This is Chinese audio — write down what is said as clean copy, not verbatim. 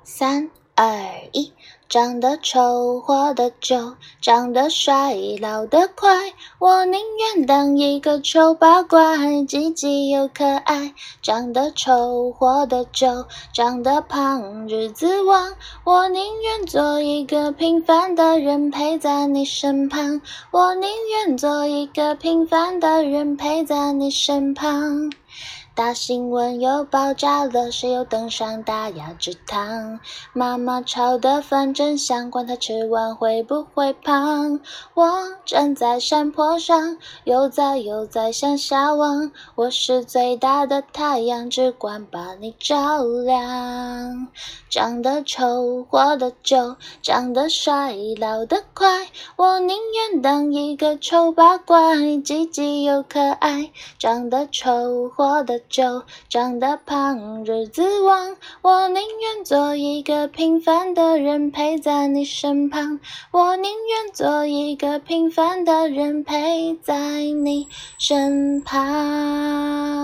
3、2、1，长得丑活得久，长得帅老得快，我宁愿当一个丑八怪，积极又可爱。长得丑活得久，长得胖日子旺，我宁愿做一个平凡的人陪在你身旁，我宁愿做一个平凡的人陪在你身旁。大新闻又爆炸了，谁又登上大雅之堂？妈妈炒的饭真香，管他吃完会不会胖。我站在山坡上，悠哉向下望，我是最大的太阳，只管把你照亮。长得丑活得久，长得帅老得快，我宁愿当一个丑八怪，积极又可爱。长得丑活得久，长得胖日子旺，我宁愿做一个平凡的人陪在你身旁，我宁愿做一个平凡的人陪在你身旁。